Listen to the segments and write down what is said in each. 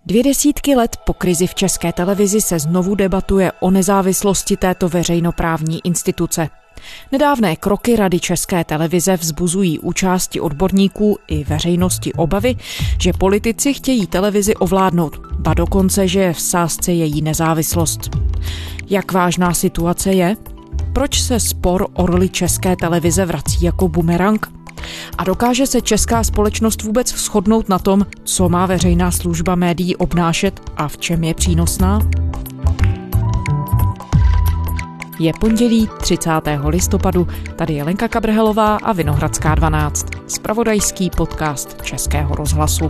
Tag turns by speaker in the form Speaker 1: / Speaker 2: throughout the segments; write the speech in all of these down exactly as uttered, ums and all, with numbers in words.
Speaker 1: Dvě desítky let po krizi v České televizi se znovu debatuje o nezávislosti této veřejnoprávní instituce. Nedávné kroky Rady České televize vzbuzují u části odborníků i veřejnosti obavy, že politici chtějí televizi ovládnout, ba dokonce, že je v sázce její nezávislost. Jak vážná situace je? Proč se spor o roli České televize vrací jako bumerang? A dokáže se česká společnost vůbec shodnout na tom, co má veřejná služba médií obnášet a v čem je přínosná? Je pondělí třicátého listopadu, tady je Lenka Kabrhelová a Vinohradská dvanáct, zpravodajský podcast Českého rozhlasu.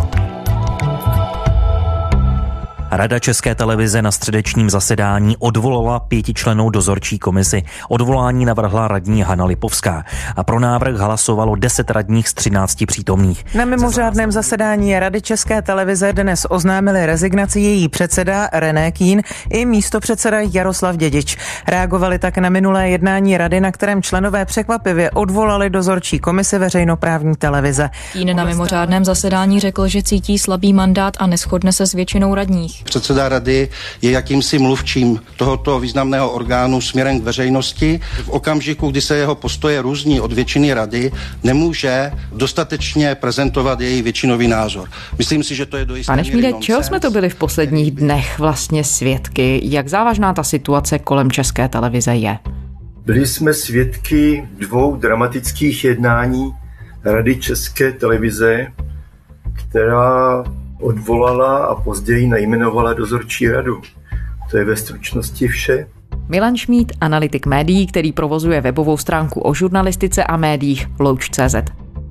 Speaker 2: Rada České televize na středečním zasedání odvolala pětičlennou dozorčí komisi. Odvolání navrhla radní Hana Lipovská a pro návrh hlasovalo deset radních z třinácti přítomných.
Speaker 3: Na mimořádném zasedání Rady České televize dnes oznámili rezignaci její předseda René Kühn i místopředseda Jaroslav Dědič. Reagovali tak na minulé jednání rady, na kterém členové překvapivě odvolali dozorčí komisi veřejnoprávní televize.
Speaker 4: Kühn na mimořádném zasedání řekl, že cítí slabý mandát a neshodne se s většinou radních.
Speaker 5: Předseda rady je jakýmsi mluvčím tohoto významného orgánu směrem k veřejnosti. V okamžiku, kdy se jeho postoje různí od většiny rady, nemůže dostatečně prezentovat její většinový názor. Myslím si, že to je do jisté míry nonsens.
Speaker 1: Pane Šmíde, čeho jsme to byli v posledních dnech vlastně svědky? Jak závažná ta situace kolem České televize je?
Speaker 6: Byli jsme svědky dvou dramatických jednání Rady České televize, která odvolala a později najmenovala dozorčí radu. To je ve stručnosti vše.
Speaker 1: Milan Šmíd, analytik médií, který provozuje webovou stránku o žurnalistice a médiích Louč tečka cé zet.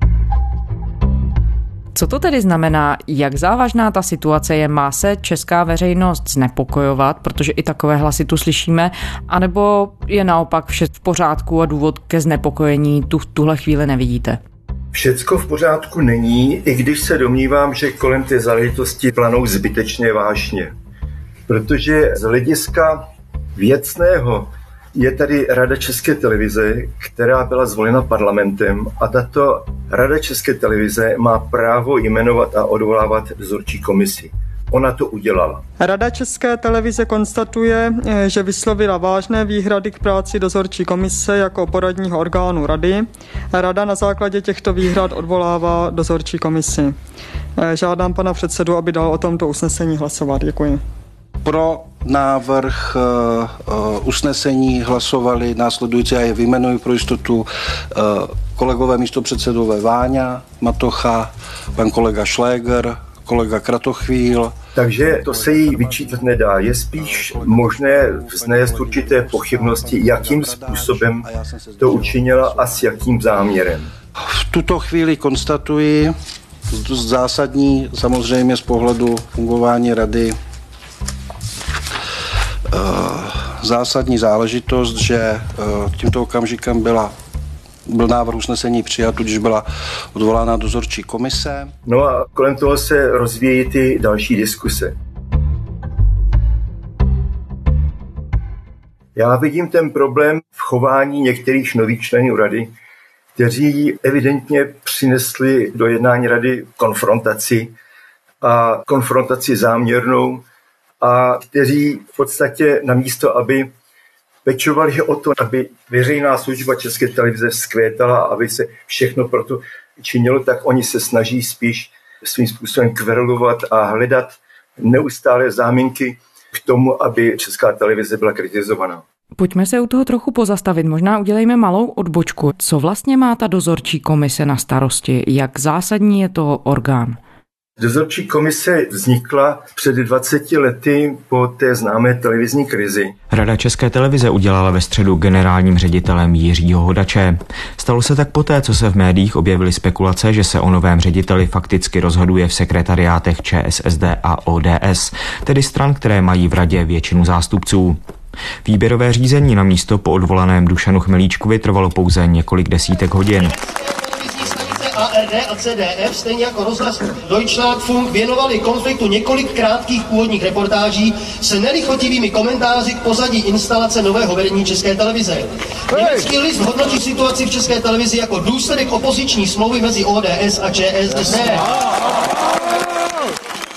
Speaker 1: Co to tedy znamená, jak závažná ta situace je? Má se česká veřejnost znepokojovat, protože i takové hlasy tu slyšíme, anebo je naopak vše v pořádku a důvod ke znepokojení tu v tuhle chvíli nevidíte?
Speaker 6: Všecko v pořádku není, i když se domnívám, že kolem té záležitosti planou zbytečně vážně. Protože z hlediska věcného je tady Rada České televize, která byla zvolena parlamentem, a tato Rada České televize má právo jmenovat a odvolávat dozorčí komisi. Ona to udělala.
Speaker 7: Rada České televize konstatuje, že vyslovila vážné výhrady k práci dozorčí komise jako poradního orgánu rady. Rada na základě těchto výhrad odvolává dozorčí komisi. Žádám pana předsedu, aby dal o tomto usnesení hlasovat. Děkuji.
Speaker 5: Pro návrh uh, usnesení hlasovali následující, a je vyjmenuji pro jistotu, uh, kolegové místopředsedové Váňa, Matocha, pan kolega Šléger, kolega Kratochvíl.
Speaker 6: Takže to se jí vyčítat nedá. Je spíš možné vznést určité pochybnosti, jakým způsobem to učinila a s jakým záměrem.
Speaker 5: V tuto chvíli konstatuji zásadní, samozřejmě z pohledu fungování rady, zásadní záležitost, že tímto okamžikem byla byl návrh usnesení přijat, tudíž byla odvolána dozorčí komise.
Speaker 6: No a kolem toho se rozvíjí ty další diskuse. Já vidím ten problém v chování některých nových členů rady, kteří evidentně přinesli do jednání rady konfrontaci a konfrontaci záměrnou a kteří v podstatě namísto, aby pečovali o to, aby veřejná služba České televize vzkvétala, aby se všechno proto činilo, tak oni se snaží spíš svým způsobem kverulovat a hledat neustále záminky k tomu, aby Česká televize byla kritizovaná.
Speaker 1: Pojďme se u toho trochu pozastavit, možná udělejme malou odbočku. Co vlastně má ta dozorčí komise na starosti? Jak zásadní je to orgán?
Speaker 6: Dozorčí komise vznikla před dvaceti lety po té známé televizní krizi.
Speaker 8: Rada České televize udělala ve středu generálním ředitelem Jiřího Hodače. Stalo se tak poté, co se v médiích objevily spekulace, že se o novém řediteli fakticky rozhoduje v sekretariátech ČSSD a O D S, tedy stran, které mají v radě většinu zástupců. Výběrové řízení na místo po odvolaném Dušanu Chmelíčkovi trvalo pouze několik desítek hodin.
Speaker 9: A R D a C D F, stejně jako rozhlas Deutschlandfunk, věnovali konfliktu několik krátkých původních reportáží se nelichotivými komentáři k pozadí instalace nového vedení České televize. Německý list hodnotí situaci v České televizi jako důsledek opoziční smlouvy mezi O D S a ČSSD.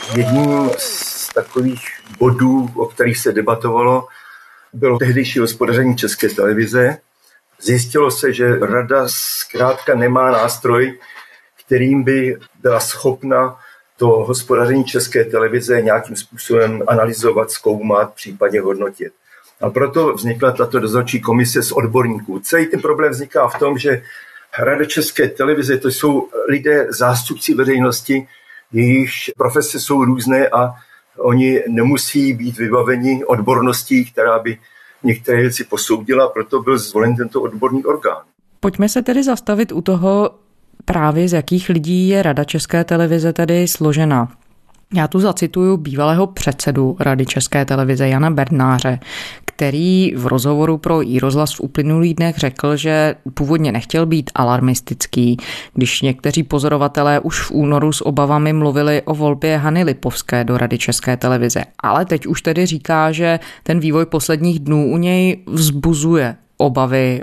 Speaker 6: Jedním z takových bodů, o kterých se debatovalo, bylo tehdejší hospodaření České televize. Zjistilo se, že rada zkrátka nemá nástroj, kterým by byla schopna to hospodaření České televize nějakým způsobem analyzovat, zkoumat, případně hodnotit. A proto vznikla tato dozorčí komise z odborníků. Celý ten problém vzniká v tom, že Rada České televize to jsou lidé, zástupci veřejnosti, jejichž profese jsou různé a oni nemusí být vybaveni odborností, která by některé věci posoudila, proto byl zvolen tento odborný orgán.
Speaker 1: Pojďme se tedy zastavit u toho, právě z jakých lidí je Rada České televize tedy složena. Já tu zacituju bývalého předsedu Rady České televize Jana Berdnáře, který v rozhovoru pro iRozhlas v uplynulých dnech řekl, že původně nechtěl být alarmistický, když někteří pozorovatelé už v únoru s obavami mluvili o volbě Hany Lipovské do Rady České televize. Ale teď už tedy říká, že ten vývoj posledních dnů u něj vzbuzuje obavy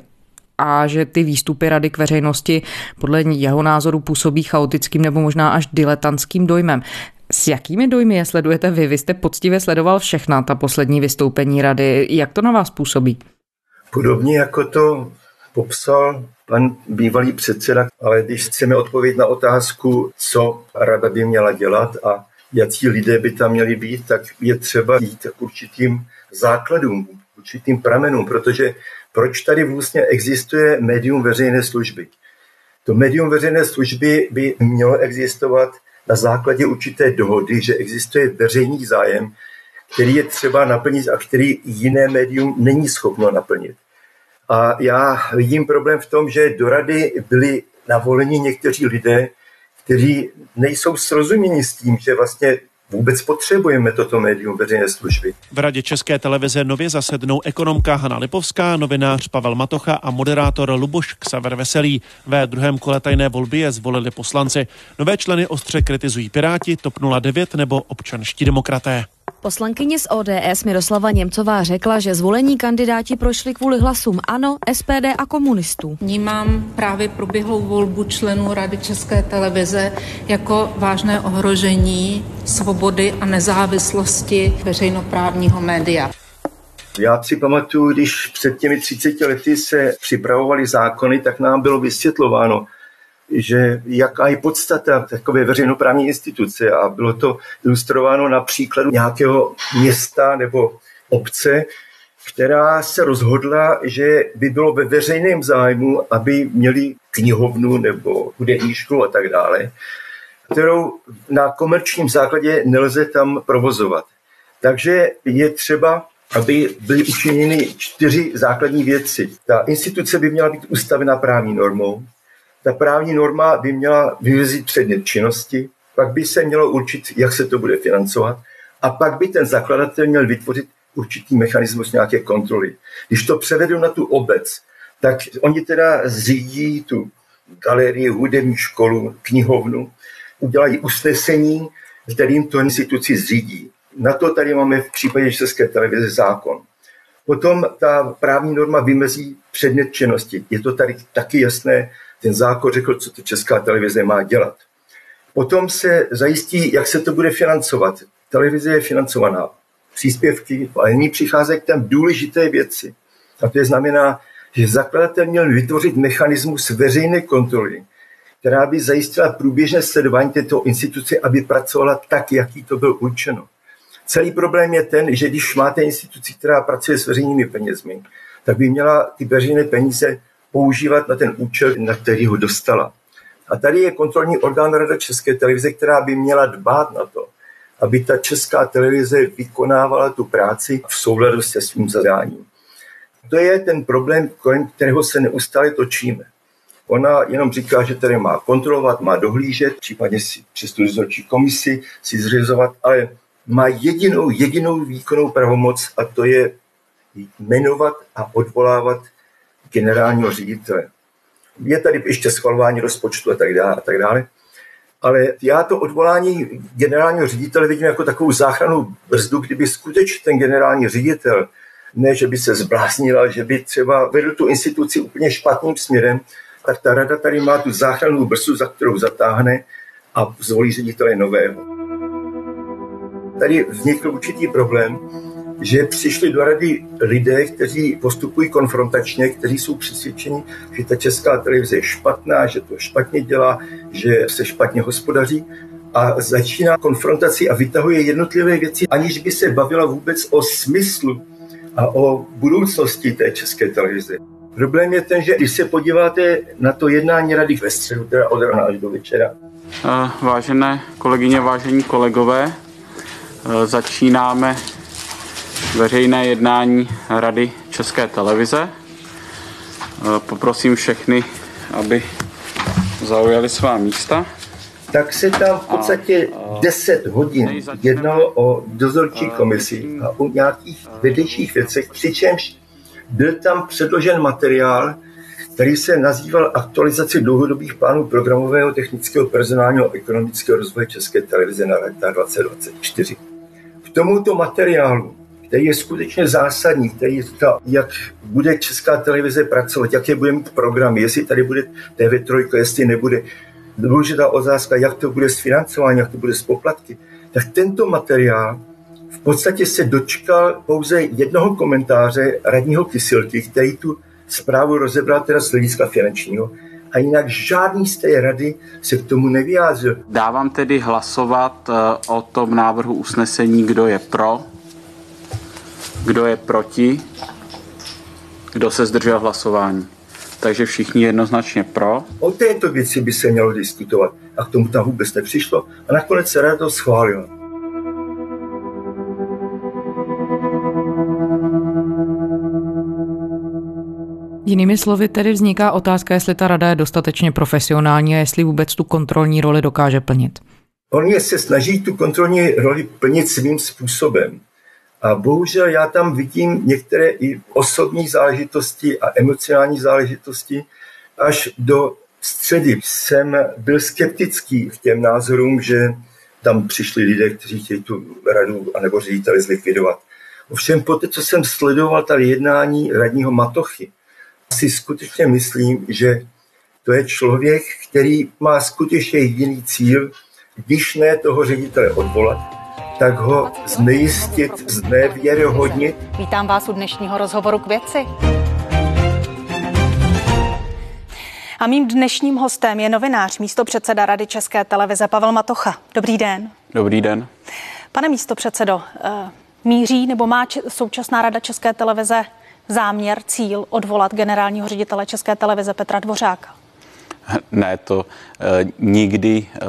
Speaker 1: a že ty výstupy rady k veřejnosti podle jeho názoru působí chaotickým nebo možná až diletantským dojmem. S jakými dojmy je sledujete vy? Vy jste poctivě sledoval všechna ta poslední vystoupení rady. Jak to na vás působí?
Speaker 6: Podobně jako to popsal pan bývalý předseda, ale když chceme odpovědět na otázku, co rada by měla dělat a jaký lidé by tam měli být, tak je třeba jít k určitým základům, určitým pramenům, protože proč tady vlastně existuje médium veřejné služby? To médium veřejné služby by mělo existovat na základě určité dohody, že existuje veřejný zájem, který je třeba naplnit a který jiné médium není schopno naplnit. A já vidím problém v tom, že do rady byli navoleni někteří lidé, kteří nejsou srozuměni s tím, že vlastně vůbec potřebujeme toto médium veřejné služby.
Speaker 10: V Radě České televize nově zasednou ekonomka Hana Lipovská, novinář Pavel Matocha a moderátor Luboš Ksaver Veselý. Ve druhém kole tajné volby je zvolili poslanci. Nové členy ostře kritizují Piráti, TOP nula devět nebo občanští demokraté.
Speaker 11: Poslankyně z O D S Miroslava Němcová řekla, že zvolení kandidáti prošli kvůli hlasům ANO, S P D a komunistů.
Speaker 12: Vnímám právě proběhlou volbu členů Rady České televize jako vážné ohrožení svobody a nezávislosti veřejnoprávního média.
Speaker 6: Já si pamatuju, když před těmi třiceti lety se připravovaly zákony, tak nám bylo vysvětlováno, že jaká je podstata takové veřejnoprávní instituce a bylo to ilustrováno na příkladu nějakého města nebo obce, která se rozhodla, že by bylo ve veřejném zájmu, aby měli knihovnu nebo hudební školu a tak dále, kterou na komerčním základě nelze tam provozovat. Takže je třeba, aby byly učiněny čtyři základní věci. Ta instituce by měla být ustavena právní normou, ta právní norma by měla vyvězit předmět činnosti, pak by se mělo určit, jak se to bude financovat a pak by ten zakladatel měl vytvořit určitý mechanismus nějaké kontroly. Když to převedu na tu obec, tak oni teda zřídí tu galerii, hudební školu, knihovnu, udělají usnesení, kterým tu instituci zřídí. Na to tady máme v případě České televize zákon. Potom ta právní norma vymezí předmět činnosti. Je to tady taky jasné, ten zákon řekl, co to Česká televize má dělat. Potom se zajistí, jak se to bude financovat. Televize je financovaná příspěvky, ale nyní přicházejí k tam důležité věci. A to je znamená, že zakladatel měl vytvořit mechanismus veřejné kontroly, která by zajistila průběžné sledování této instituce, aby pracovala tak, jaký to bylo určeno. Celý problém je ten, že když máte instituci, která pracuje s veřejnými penězmi, tak by měla ty veřejné peníze používat na ten účel, na který ho dostala. A tady je kontrolní orgán Rada České televize, která by měla dbát na to, aby ta Česká televize vykonávala tu práci v souladu se svým zadáním. To je ten problém, kolem kterého se neustále točíme. Ona jenom říká, že tady má kontrolovat, má dohlížet, případně si přes tu dozorčí komisi si zřizovat, ale má jedinou, jedinou výkonnou pravomoc a to je jmenovat a odvolávat generálního ředitele. Je tady ještě schvalování rozpočtu a tak dále, a tak dále. Ale já to odvolání generálního ředitele vidím jako takovou záchrannou brzdu, kdyby skutečně ten generální ředitel, ne, že by se zbláznila, že by třeba vedl tu instituci úplně špatným směrem, tak ta rada tady má tu záchrannou brzdu, za kterou zatáhne a zvolí ředitele nového. Tady vznikl určitý problém, že přišli do rady lidé, kteří postupují konfrontačně, kteří jsou přesvědčeni, že ta Česká televize je špatná, že to špatně dělá, že se špatně hospodaří a začíná konfrontaci a vytahuje jednotlivé věci, aniž by se bavila vůbec o smyslu a o budoucnosti té České televize. Problém je ten, že když se podíváte na to jednání rady ve středu, teda od rána až do večera.
Speaker 13: Vážené kolegyně, vážení kolegové, začínáme veřejné jednání Rady České televize. Poprosím všechny, aby zaujali svá místa.
Speaker 6: Tak se tam v podstatě deset hodin jednalo o dozorčí komisi a o nějakých vedlejších věcech, přičemž byl tam předložen materiál, který se nazýval Aktualizace dlouhodobých plánů programového, technického, personálního a ekonomického rozvoje České televize na léta dvacet dvacet čtyři. K tomuto materiálu, který je skutečně zásadní, který říká, jak bude Česká televize pracovat, jaké bude mít programy, jestli tady bude T V tři, jestli nebude. Důležitá otázka, jak to bude s financováním, jak to bude s poplatky. Tak tento materiál v podstatě se dočkal pouze jednoho komentáře radního Kysilky, který tu zprávu rozebral teda z hlediska finančního a jinak žádný z té rady se k tomu nevyjádřil.
Speaker 13: Dávám tedy hlasovat o tom návrhu usnesení, kdo je pro, kdo je proti, kdo se zdržel hlasování. Takže všichni jednoznačně pro.
Speaker 6: O této věci by se mělo diskutovat a k tomu tam vůbec nepřišlo a nakonec se rada to schválila.
Speaker 1: Jinými slovy tedy vzniká otázka, jestli ta rada je dostatečně profesionální a jestli vůbec tu kontrolní roli dokáže plnit.
Speaker 6: Oni se snaží tu kontrolní roli plnit svým způsobem. A bohužel já tam vidím některé i osobní záležitosti a emocionální záležitosti. Až do středy jsem byl skeptický k těm názorům, že tam přišli lidé, kteří chtějí tu radu anebo ředitele zlikvidovat. Ovšem poté, co jsem sledoval tady jednání radního Matochy, si skutečně myslím, že to je člověk, který má skutečně jediný cíl, když ne toho ředitele odvolat, tak ho znejistit, znevěrohodnit.
Speaker 14: Vítám vás u dnešního rozhovoru k věci. A mým dnešním hostem je novinář, místopředseda Rady České televize Pavel Matocha. Dobrý den.
Speaker 13: Dobrý den.
Speaker 14: Pane místopředsedo, míří nebo má současná Rada České televize záměr, cíl odvolat generálního ředitele České televize Petra Dvořáka?
Speaker 13: Ne, to eh, nikdy eh,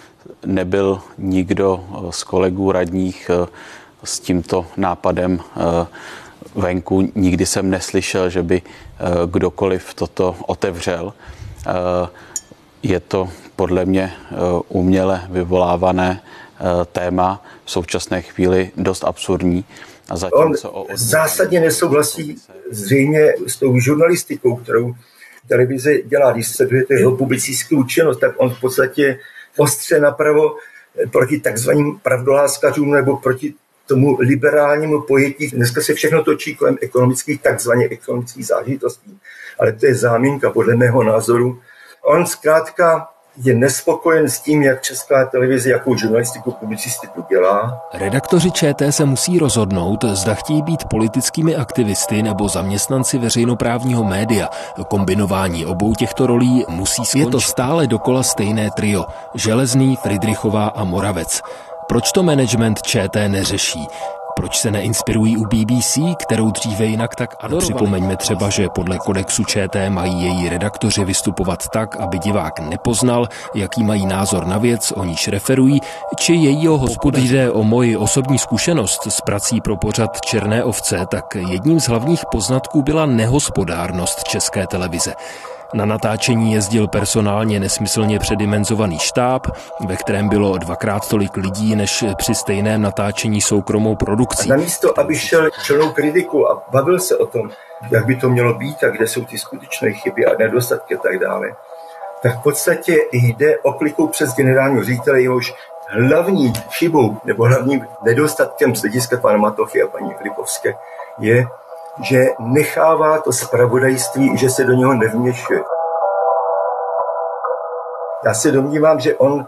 Speaker 13: nebyl nikdo z kolegů radních eh, s tímto nápadem eh, venku. Nikdy jsem neslyšel, že by eh, kdokoliv toto otevřel. Eh, je to podle mě eh, uměle vyvolávané eh, téma, v současné chvíli dost absurdní. A
Speaker 6: On zásadně nesouhlasí zřejmě s tou žurnalistikou, kterou televize dělá. Když sledujete jeho publicistickou činnost, tak on v podstatě ostře napravo proti takzvaným pravdoláskařům nebo proti tomu liberálnímu pojetí. Dneska se všechno točí kolem ekonomických, takzvaně ekonomických záležitostí. Ale to je záminka podle mého názoru. On zkrátka je nespokojen s tím, jak Česká televize, jakou žurnalistiku, publicistiku dělá.
Speaker 15: Redaktoři ČT se musí rozhodnout, zda chtějí být politickými aktivisty nebo zaměstnanci veřejnoprávního média. Kombinování obou těchto rolí musí skončit. Je to stále dokola stejné trio. Železný, Fridrichová a Moravec. Proč to management ČT neřeší? Proč se neinspirují u B B C, kterou dříve jinak tak adorovali? Připomeňme třeba, že podle kodexu ČT mají její redaktoři vystupovat tak, aby divák nepoznal, jaký mají názor na věc, o níž referují, či jejího hospodu. Jde o moji osobní zkušenost s prací pro pořad Černé ovce, tak jedním z hlavních poznatků byla nehospodárnost České televize. Na natáčení jezdil personálně nesmyslně předimenzovaný štáb, ve kterém bylo dvakrát tolik lidí, než při stejném natáčení soukromou produkcí.
Speaker 6: Namísto, aby šel čelnou kritiku a bavil se o tom, jak by to mělo být a kde jsou ty skutečné chyby a nedostatky a tak dále, tak v podstatě jde oklikou přes generálního ředitele, jehož hlavní chybou nebo hlavním nedostatkem z hlediska pana Matochy a paní Lipovské je, že nechává to zpravodajství, že se do něho nevměšuje. Já se domnívám, že on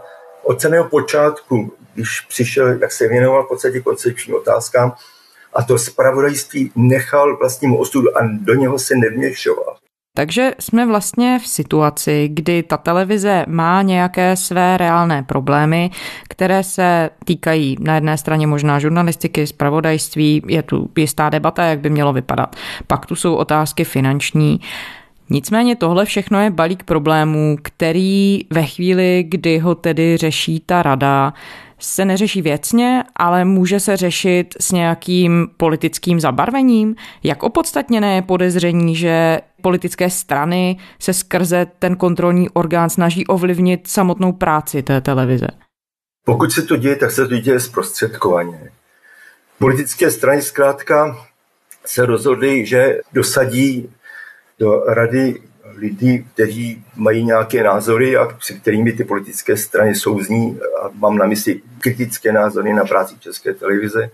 Speaker 6: od samého počátku, když přišel, tak se věnoval v podstatě koncepčním otázkám a to zpravodajství nechal vlastnímu osudu a do něho se nevměšoval.
Speaker 1: Takže jsme vlastně v situaci, kdy ta televize má nějaké své reálné problémy, které se týkají na jedné straně možná žurnalistiky, zpravodajství, je tu jistá debata, jak by mělo vypadat. Pak tu jsou otázky finanční. Nicméně tohle všechno je balík problémů, který ve chvíli, kdy ho tedy řeší ta rada, se neřeší věcně, ale může se řešit s nějakým politickým zabarvením. Jak opodstatněné je podezření, že politické strany se skrze ten kontrolní orgán snaží ovlivnit samotnou práci té televize?
Speaker 6: Pokud se to děje, tak se to děje zprostředkovaně. Politické strany zkrátka se rozhodly, že dosadí do rady lidi, kteří mají nějaké názory a se kterými ty politické strany souzní, a mám na mysli kritické názory na práci České televize.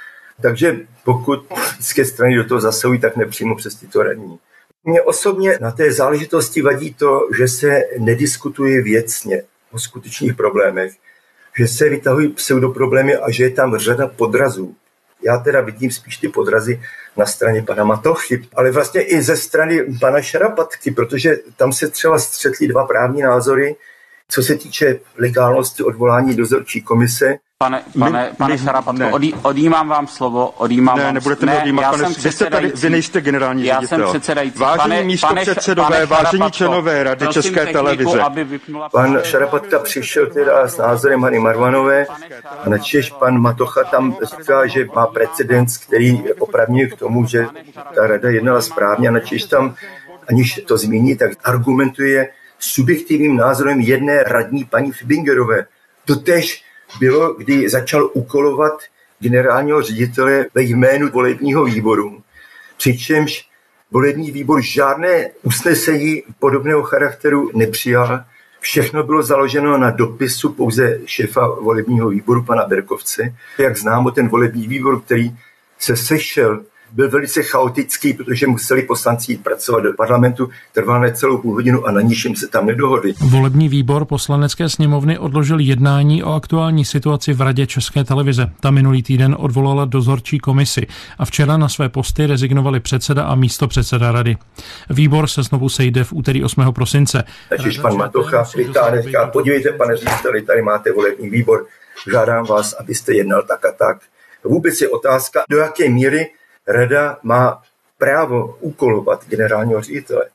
Speaker 6: Takže pokud politické strany do toho zasahují, tak nepřímo přes tyto radní. Mně osobně na té záležitosti vadí to, že se nediskutuje věcně o skutečných problémech, že se vytahují pseudoproblémy a že je tam řada podrazů. Já teda vidím spíš ty podrazy na straně pana Matochy, ale vlastně i ze strany pana Šarapatky, protože tam se třeba střetly dva právní názory, co se týče legálnosti odvolání dozorčí komise.
Speaker 13: Pane, pane, my, pane Šarapatko, odjí, odjímám vám slovo, odjímám
Speaker 16: ne,
Speaker 13: vám
Speaker 16: nebudete ne, odjímat, pane, vy jste tady, vy nejste generální
Speaker 13: já
Speaker 16: ředitel.
Speaker 13: Já jsem předsedající.
Speaker 16: Vážení místopředsedové, vážení členové Rady České televize.
Speaker 6: Pan Šarapatka přišel teda s názorem Hany Marvanové a načež pan Matocha tam říká, že má precedens, který opravňuje k tomu, že ta rada jednala správně a načež tam, aniž to zmíní, tak argumentuje subjektivním názorem jedné radní paní Fibingerové. Totež bylo, kdy začal úkolovat generálního ředitele ve jménu volebního výboru. Přičemž volební výbor žádné usnesení podobného charakteru nepřijal. Všechno bylo založeno na dopisu pouze šéfa volebního výboru, pana Berkovce. Jak známo, ten volební výbor, který se sešel, byl velice chaotický, protože museli poslanci jít pracovat do parlamentu, trval necelou půl hodinu a na ničem se tam nedohodli.
Speaker 17: Volební výbor Poslanecké sněmovny odložil jednání o aktuální situaci v Radě České televize. Ta minulý týden odvolala dozorčí komisi a včera na své posty rezignovali předseda a místopředseda rady. Výbor se znovu sejde v úterý osmého prosince.
Speaker 6: Takže pan Matocha vytáhne, říká, podívejte, pane řediteli, tady máte volební výbor, žádám vás, abyste jednal tak a tak. Vůbec je otázka, do jaké míry rada má právo úkolovat generálního ředitele.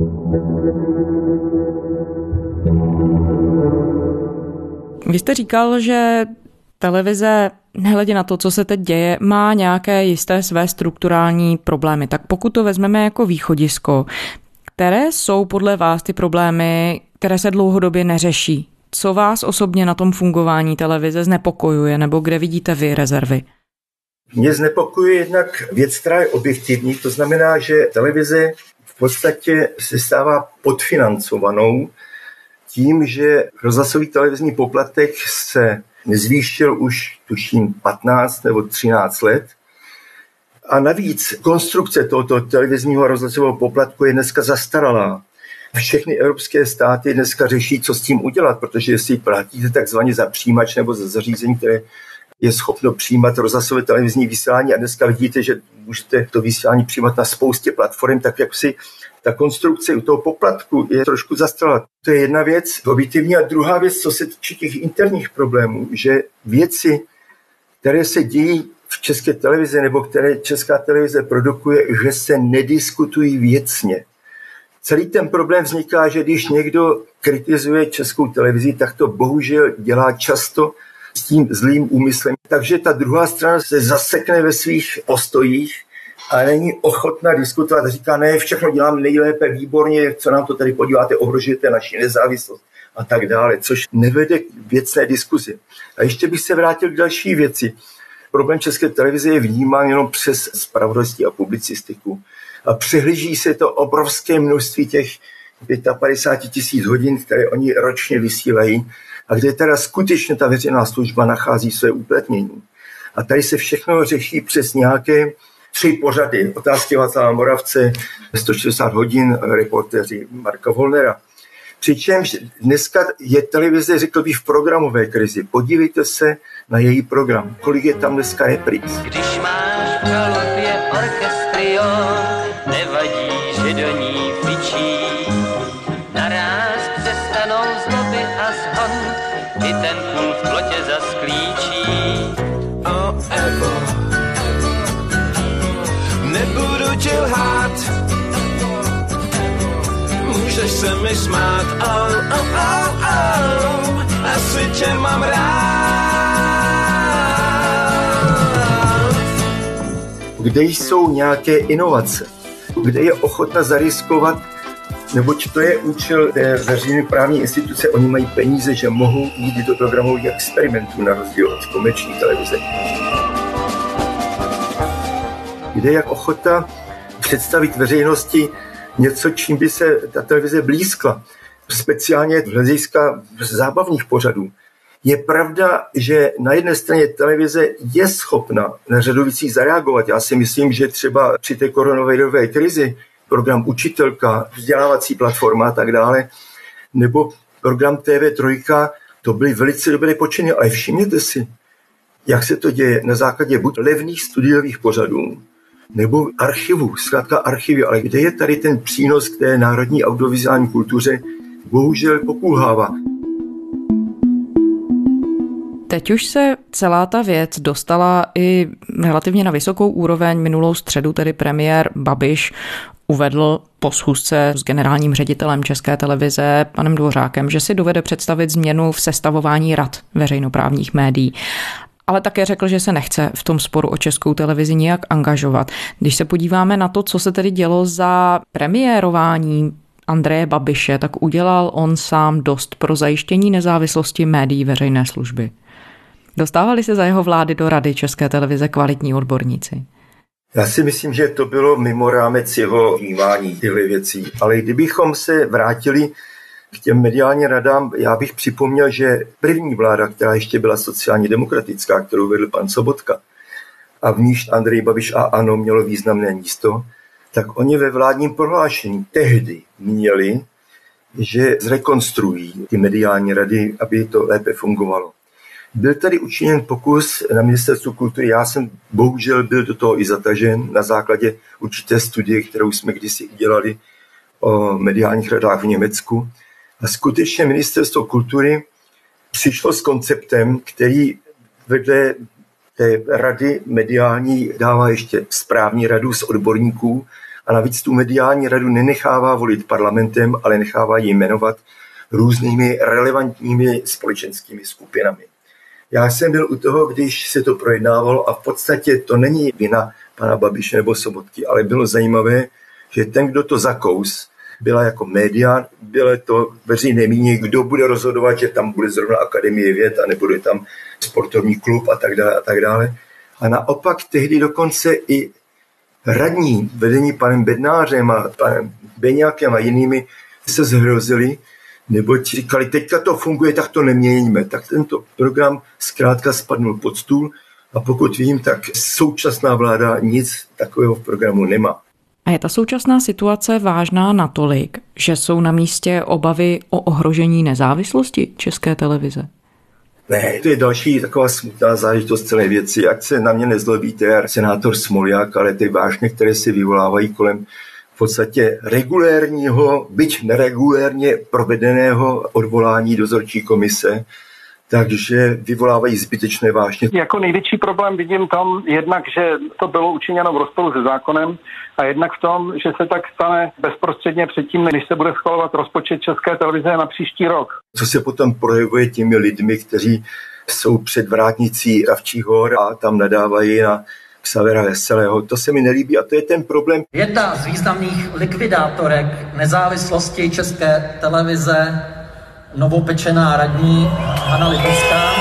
Speaker 1: Vy jste říkal, že televize, nehledě na to, co se teď děje, má nějaké jisté své strukturální problémy. Tak pokud to vezmeme jako východisko, které jsou podle vás ty problémy, které se dlouhodobě neřeší? Co vás osobně na tom fungování televize znepokojuje, nebo kde vidíte vy rezervy?
Speaker 6: Mě znepokojuje jednak věc, která je objektivní, to znamená, že televize v podstatě se stává podfinancovanou tím, že rozhlasový televizní poplatek se nezvýšil už tuším patnáct nebo třináct let. A navíc konstrukce tohoto televizního rozhlasového poplatku je dneska zastaralá. Všechny evropské státy dneska řeší, co s tím udělat, protože jestli platíte takzvaně za přijímač nebo za zařízení, které je schopno přijímat rozhlasové televizní vysílání a dneska vidíte, že můžete to vysílání přijímat na spoustě platform, tak jak si ta konstrukce u toho poplatku je trošku zastaralá. To je jedna věc objektivní a druhá věc, co se týče těch interních problémů, že věci, které se dějí v České televizi nebo které Česká televize produkuje, že se nediskutují věcně. Celý ten problém vzniká, že když někdo kritizuje Českou televizi, tak to bohužel dělá často s tím zlým úmyslem. Takže ta druhá strana se zasekne ve svých postojích a není ochotná diskutovat. Říká, ne, všechno dělám nejlépe, výborně, co nám to tady podíváte, ohrožujete naši nezávislost a tak dále, což nevede k věcné diskuzi. A ještě bych se vrátil k další věci. Problém České televize je vnímán jenom přes zpravodajství a publicistiku. A přehlíží se to obrovské množství těch padesát pět tisíc hodin, které oni ročně vysílají, a kde teda skutečně ta veřejná služba nachází své uplatnění. A tady se všechno řeší přes nějaké tři pořady. Otázky Václava Moravce, sto šedesát hodin, reportéři Marka Volnera. Přičemž dneska je televize, řekl bych, v programové krizi. Podívejte se na její program. Kolik je tam dneska repríz.
Speaker 18: Když máš v žaludě orchestrio, nevadí, že do ní fičí. Naráz přestanou zloby a zhon, i ten kůl v plotě zasklíčí.
Speaker 19: Oh, Evo, nebudu ti lhát, můžeš se mi smát, oh, oh, oh, oh, asi tě mám rád.
Speaker 6: Kde jsou nějaké inovace? Kde je ochota zariskovat? Neboť to je účel té veřejné právní instituce. Oni mají peníze, že mohou jít do programových experimentů na rozdíl od komerční televize. Kde je ochota představit veřejnosti něco, čím by se ta televize blízkla, speciálně z hlediska zábavních pořadů. Je pravda, že na jedné straně televize je schopna na řadu věcí zareagovat. Já si myslím, že třeba při té koronavirové krizi program Učitelka, vzdělávací platforma a tak dále, nebo program T V tři, to byly velice dobré počiny, ale všimněte si, jak se to děje na základě buď levných studiových pořadů, nebo archivů, zkrátka archivy, ale kde je tady ten přínos k té národní audiovizuální kultuře, bohužel pokulhává.
Speaker 1: Teď už se celá ta věc dostala i relativně na vysokou úroveň. Minulou středu tedy premiér Babiš uvedl po schůzce s generálním ředitelem České televize panem Dvořákem, že si dovede představit změnu v sestavování rad veřejnoprávních médií. Ale také řekl, že se nechce v tom sporu o Českou televizi nijak angažovat. Když se podíváme na to, co se tedy dělo za premiérování Andreje Babiše, tak udělal on sám dost pro zajištění nezávislosti médií veřejné služby. Dostávali se za jeho vlády do Rady České televize kvalitní odborníci?
Speaker 6: Já si myslím, že to bylo mimo rámec jeho vnímání těchto věcí. Ale kdybychom se vrátili k těm mediálním radám, já bych připomněl, že první vláda, která ještě byla sociálně demokratická, kterou vedl pan Sobotka, a v níž Andrej Babiš a ANO mělo významné místo, tak oni ve vládním prohlášení tehdy měli, že zrekonstruují ty mediální rady, aby to lépe fungovalo. Byl tady učiněn pokus na ministerstvu kultury, já jsem bohužel byl do toho i zatažen na základě určité studie, kterou jsme kdysi udělali o mediálních radách v Německu. A skutečně ministerstvo kultury přišlo s konceptem, který vedle té rady mediální dává ještě správní radu z odborníků a navíc tu mediální radu nenechává volit parlamentem, ale nechává ji jmenovat různými relevantními společenskými skupinami. Já jsem byl u toho, když se to projednávalo a v podstatě to není vina pana Babiše nebo Sobotky, ale bylo zajímavé, že ten, kdo to zakous, byla jako média, bylo to veřejné mínění, kdo bude rozhodovat, že tam bude zrovna Akademie věd a nebude tam sportovní klub a tak dále a tak dále. A naopak tehdy dokonce i radní vedení panem Bednářem a panem Beňákem a jinými se zhrozili, neboť říkali, teďka to funguje, tak to neměníme. Tak tento program zkrátka spadnul pod stůl a pokud vím, tak současná vláda nic takového v programu nemá.
Speaker 1: A je ta současná situace vážná natolik, že jsou na místě obavy o ohrožení nezávislosti České televize?
Speaker 6: Ne, to je další taková smutná záležitost celé věci. Ať se na mě nezlobíte, senátor Smoljak, ale ty vášně, které se vyvolávají kolem v podstatě regulérního, byť neregulérně provedeného odvolání dozorčí komise, takže vyvolávají zbytečné vášně.
Speaker 20: Jako největší problém vidím tam jednak, že to bylo učiněno v rozporu se zákonem a jednak v tom, že se tak stane bezprostředně předtím, než se bude schvalovat rozpočet České televize na příští rok.
Speaker 6: Co se potom projevuje těmi lidmi, kteří jsou před vrátnicí Ravčích hor a tam nadávají na Xavera Veselého. To se mi nelíbí a to je ten problém.
Speaker 21: Jedna z významných likvidátorek nezávislosti České televize, novopečená radní Hana Lipovská.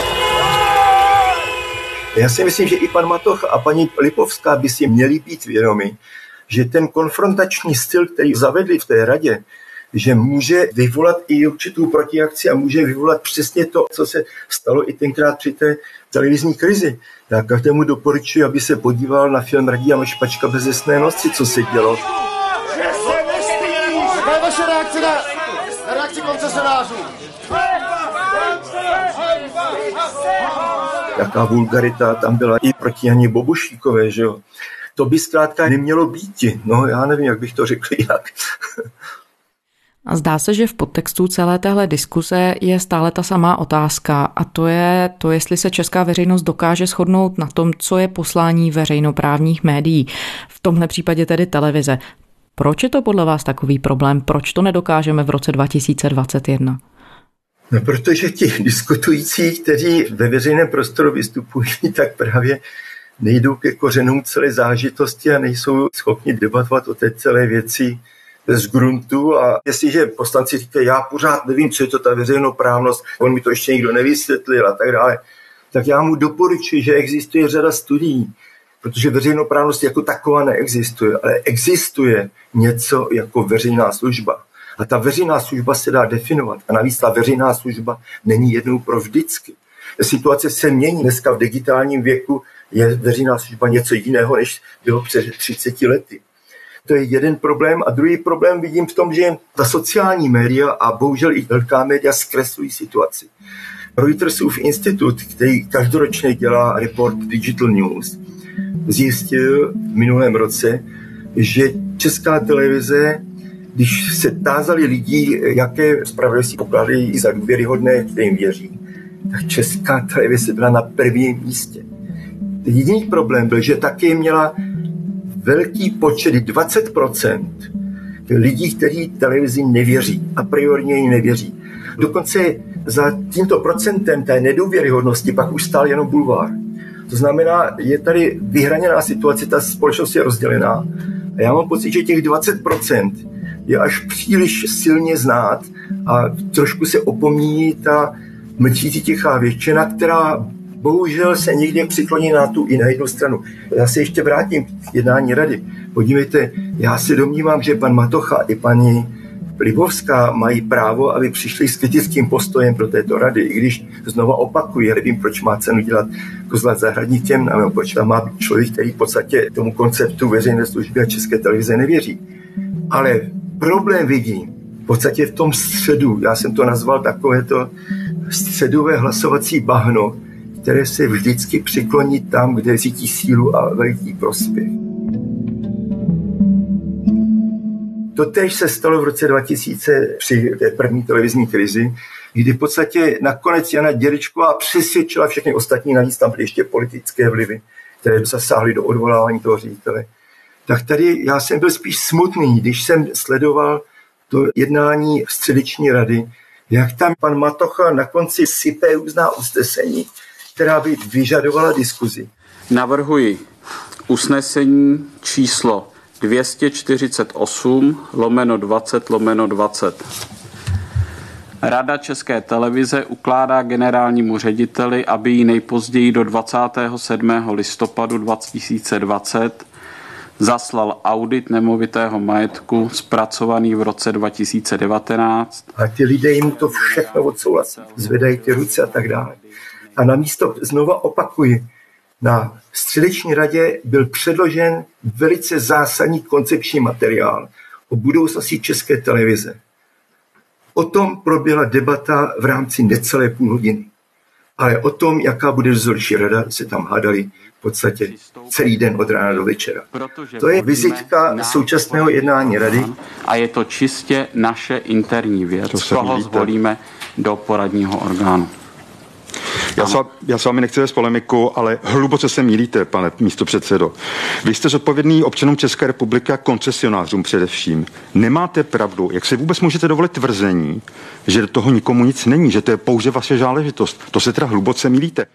Speaker 6: Já si myslím, že i pan Matoch a paní Lipovská by si měli být vědomi, že ten konfrontační styl, který zavedli v té radě, že může vyvolat i určitou protiakci a může vyvolat přesně to, co se stalo i tenkrát při té televizní krizi. Já každému doporučuji, aby se podíval na film Radia Špačka bezesné noci, co se dělo.
Speaker 22: Jaká je vaše reakce na
Speaker 2: reakci koncesionářů.
Speaker 6: Jaká vulgarita tam byla i proti Janě Bobošíkové, že jo. To by zkrátka nemělo být. No, já nevím, jak bych to řekl jinak.
Speaker 1: A zdá se, že v podtextu celé téhle diskuse je stále ta samá otázka a to je to, jestli se česká veřejnost dokáže shodnout na tom, co je poslání veřejnoprávních médií, v tomhle případě tedy televize. Proč je to podle vás takový problém? Proč to nedokážeme v roce dva tisíce dvacet jedna?
Speaker 6: No, protože ti diskutující, kteří ve veřejném prostoru vystupují, tak právě nejdou ke kořenům celé zážitosti a nejsou schopni debatovat o té celé věci z gruntu. A jestliže poslanci říkají, já pořád nevím, co je to ta veřejnoprávnost, on mi to ještě nikdo nevysvětlil a tak dále, tak já mu doporučuji, že existuje řada studií, protože veřejnoprávnost jako taková neexistuje, ale existuje něco jako veřejná služba. A ta veřejná služba se dá definovat. A navíc ta veřejná služba není jednou pro vždycky. Situace se mění. Dneska v digitálním věku je veřejná služba něco jiného, než bylo před třiceti lety. To je jeden problém. A druhý problém vidím v tom, že ta sociální média a bohužel i velká média zkreslují situaci. Reutersův institut, který každoročně dělá report Digital News, zjistil v minulém roce, že Česká televize, když se tázali lidí, jaké zpravodajství pokládají za důvěryhodné, kterým věří, tak Česká televize byla na prvním místě. Jediný problém byl, že taky měla velký počet, dvacet procent lidí, kteří televizi nevěří, a priorně ji nevěří. Dokonce za tímto procentem té nedůvěryhodnosti pak už stál jenom bulvár. To znamená, je tady vyhraněná situace, ta společnost je rozdělená. A já mám pocit, že těch dvacet procent je až příliš silně znát a trošku se opomíjí ta mlčící tichá většina, která bohužel se někde přikloní na tu i na jednu stranu. Já se ještě vrátím k jednání rady. Podívejte, já se domnívám, že pan Matocha i paní Libovská mají právo, aby přišli s kritickým postojem pro této rady, i když znova opakuji, nevím, proč má cenu dělat kozla zahradníkem, nebo proč tam má být člověk, který v podstatě tomu konceptu veřejné služby a České televize nevěří. Ale problém vidím v podstatě v tom středu, já jsem to nazval takovéto středové hlasovací bahno, které se vždycky přikloní tam, kde cítí sílu a veliký prospěch. Totéž se stalo v roce dva tisíce při té první televizní krizi, kdy v podstatě nakonec Jana Děričková přesvědčila všechny ostatní, navíc tam byly ještě politické vlivy, které zasáhly do odvolávání toho ředitele. Tak tady já jsem byl spíš smutný, když jsem sledoval to jednání středeční rady, jak tam pan Matocha na konci sype různá usnesení, která by vyžadovala diskuzi.
Speaker 13: Navrhuji usnesení číslo dvě stě čtyřicet osm lomeno dvacet lomeno dvacet. Rada České televize ukládá generálnímu řediteli, aby jí nejpozději do dvacátého sedmého listopadu dva tisíce dvacet zaslal audit nemovitého majetku zpracovaný v roce dva tisíce devatenáct.
Speaker 6: A ti lidé jim to všechno odsouhlasí, zvedají ty ruce a tak dále. A namísto, znova opakuji, na středeční radě byl předložen velice zásadní koncepční materiál o budoucnosti České televize. O tom proběhla debata v rámci necelé půl hodiny. Ale o tom, jaká bude dozorčí rada, se tam hádali v podstatě celý den od rána do večera. To je vizitka současného jednání rady.
Speaker 13: A je to čistě naše interní věc, koho zvolíme do poradního orgánu.
Speaker 16: Já s, já s vámi nechci vést polemiku, ale hluboce se mýlíte, pane místopředsedo. Vy jste zodpovědný občanům České republiky a koncesionářům především. Nemáte pravdu. Jak si vůbec můžete dovolit tvrzení, že do toho nikomu nic není, že to je pouze vaše záležitost? To se teda hluboce mýlíte.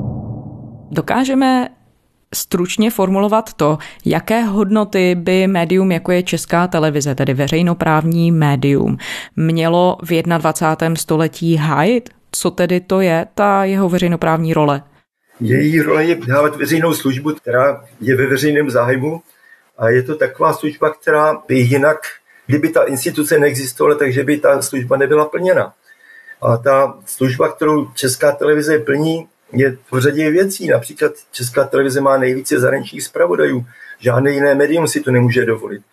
Speaker 1: Dokážeme stručně formulovat to, jaké hodnoty by médium, jako je Česká televize, tedy veřejnoprávní médium, mělo v dvacátém prvním století hájit? Co tedy to je ta jeho veřejnoprávní role?
Speaker 6: Její role je dávat veřejnou službu, která je ve veřejném zájmu, a je to taková služba, která by jinak, kdyby ta instituce neexistovala, takže by ta služba nebyla plněna. A ta služba, kterou Česká televize plní, je v řadě věcí. Například Česká televize má nejvíce zahraničních zpravodajů. Žádné jiné médium si to nemůže dovolit.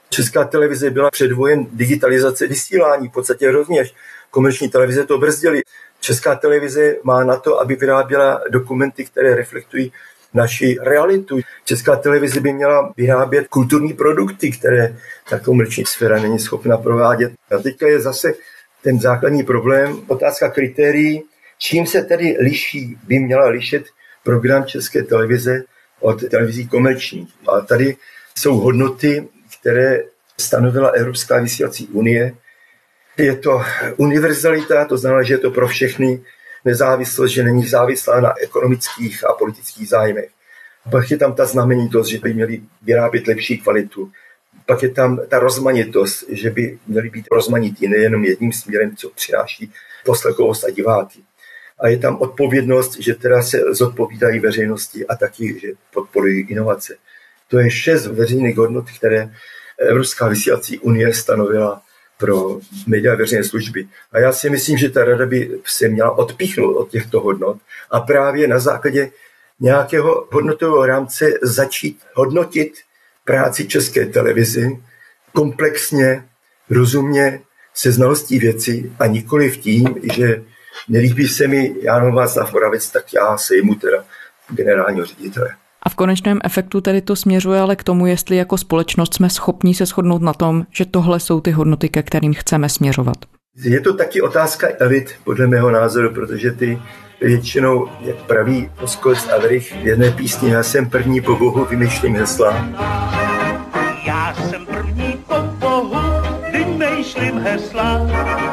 Speaker 6: Česká televize byla předvojem digitalizace vysílání, v podstatě rovněž. Komerční televize to brzdily. Česká televize má na to, aby vyráběla dokumenty, které reflektují naši realitu. Česká televize by měla vyrábět kulturní produkty, které ta komerční sféra není schopna provádět. A teďka je zase ten základní problém, otázka kritérií, čím se tedy liší, by měla lišit program České televize od televizí komerčních. A tady jsou hodnoty, které stanovila Evropská vysílací unie. Je to univerzalita, to znamená, že je to pro všechny, nezávislost, že není závislá na ekonomických a politických zájmech. Pak je tam ta znamenitost, že by měli vyrábět lepší kvalitu. Pak je tam ta rozmanitost, že by měli být rozmanitý nejenom jedním směrem, co přináší poslechovost a diváky. A je tam odpovědnost, že teda se zodpovídají veřejnosti a taky, že podporují inovace. To je šest veřejných hodnot, které Evropská vysílací unie stanovila pro média veřejné služby. A já si myslím, že ta rada by se měla odpíchnout od těchto hodnot a právě na základě nějakého hodnotového rámce začít hodnotit práci České televize komplexně, rozumně, se znalostí věci a nikoli v tím, že nelíbí se mi Jan Václav Moravec, tak já sejmu teda generálního ředitele.
Speaker 1: A v konečném efektu tedy to směřuje ale k tomu, jestli jako společnost jsme schopni se shodnout na tom, že tohle jsou ty hodnoty, ke kterým chceme směřovat.
Speaker 6: Je to taky otázka elit, podle mého názoru, protože ty většinou, jak praví Oskolc a Verich v jedné písni, já jsem první po Bohu, vymýšlím hesla.
Speaker 19: Já jsem první po Bohu, vymýšlím hesla.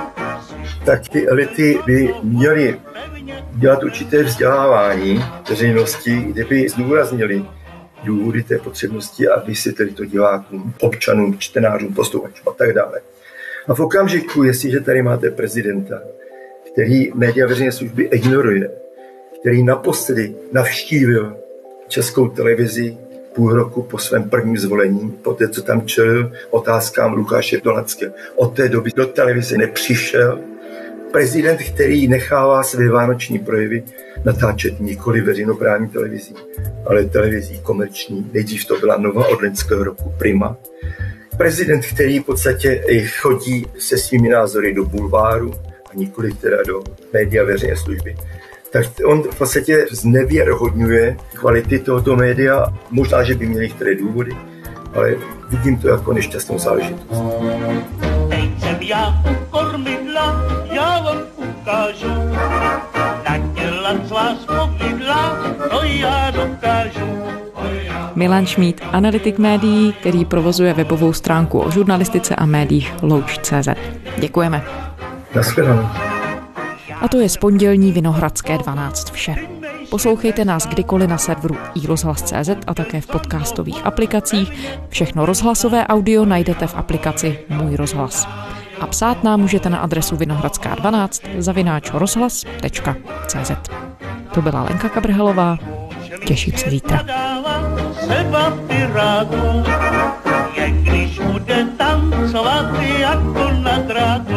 Speaker 6: Tak ty elity by měly dělat určité vzdělávání veřejnosti, kde by zdůraznili důvody té potřebnosti a vysvětlili to divákům, občanům, čtenářům, posluchačům a tak dále. A v okamžiku, jestliže tady máte prezidenta, který média veřejné služby ignoruje, který naposledy navštívil Českou televizi půl roku po svém prvním zvolení, po té, co tam čelil otázkám Lukáše Donackého. Od té doby do televize nepřišel. Prezident, který nechává své vánoční projevy natáčet nikoli veřejnoprávní televizí, ale televizí komerční. Nejdřív to byla Nova od loňského roku Prima. Prezident, který v podstatě chodí se svými názory do bulváru a nikoli teda do média veřejné služby. Tak on v podstatě znevěrohodňuje kvality tohoto média. Možná, že by měli některé důvody, ale vidím to jako nešťastnou záležitost.
Speaker 19: Teď jsem já u kormidla, já vám ukážu, nadělat z vás povidla, to já dokážu.
Speaker 1: Milan Šmíd, analytik médií, který provozuje webovou stránku o žurnalistice a médiích louč tečka cé zet. Děkujeme.
Speaker 6: Naschledanou.
Speaker 1: A to je z pondělní Vinohradské dvanáct vše. Poslouchejte nás kdykoliv na serveru i rozhlas tečka cé zet a také v podcastových aplikacích. Všechno rozhlasové audio najdete v aplikaci Můj rozhlas. A psát nám můžete na adresu vinohradská dvanáct zavináč rozhlas tečka cé zet. To byla Lenka Kabrhelová. Těším se zítra.
Speaker 19: Seba pirátu, jak když bude tancovat jako na drátu.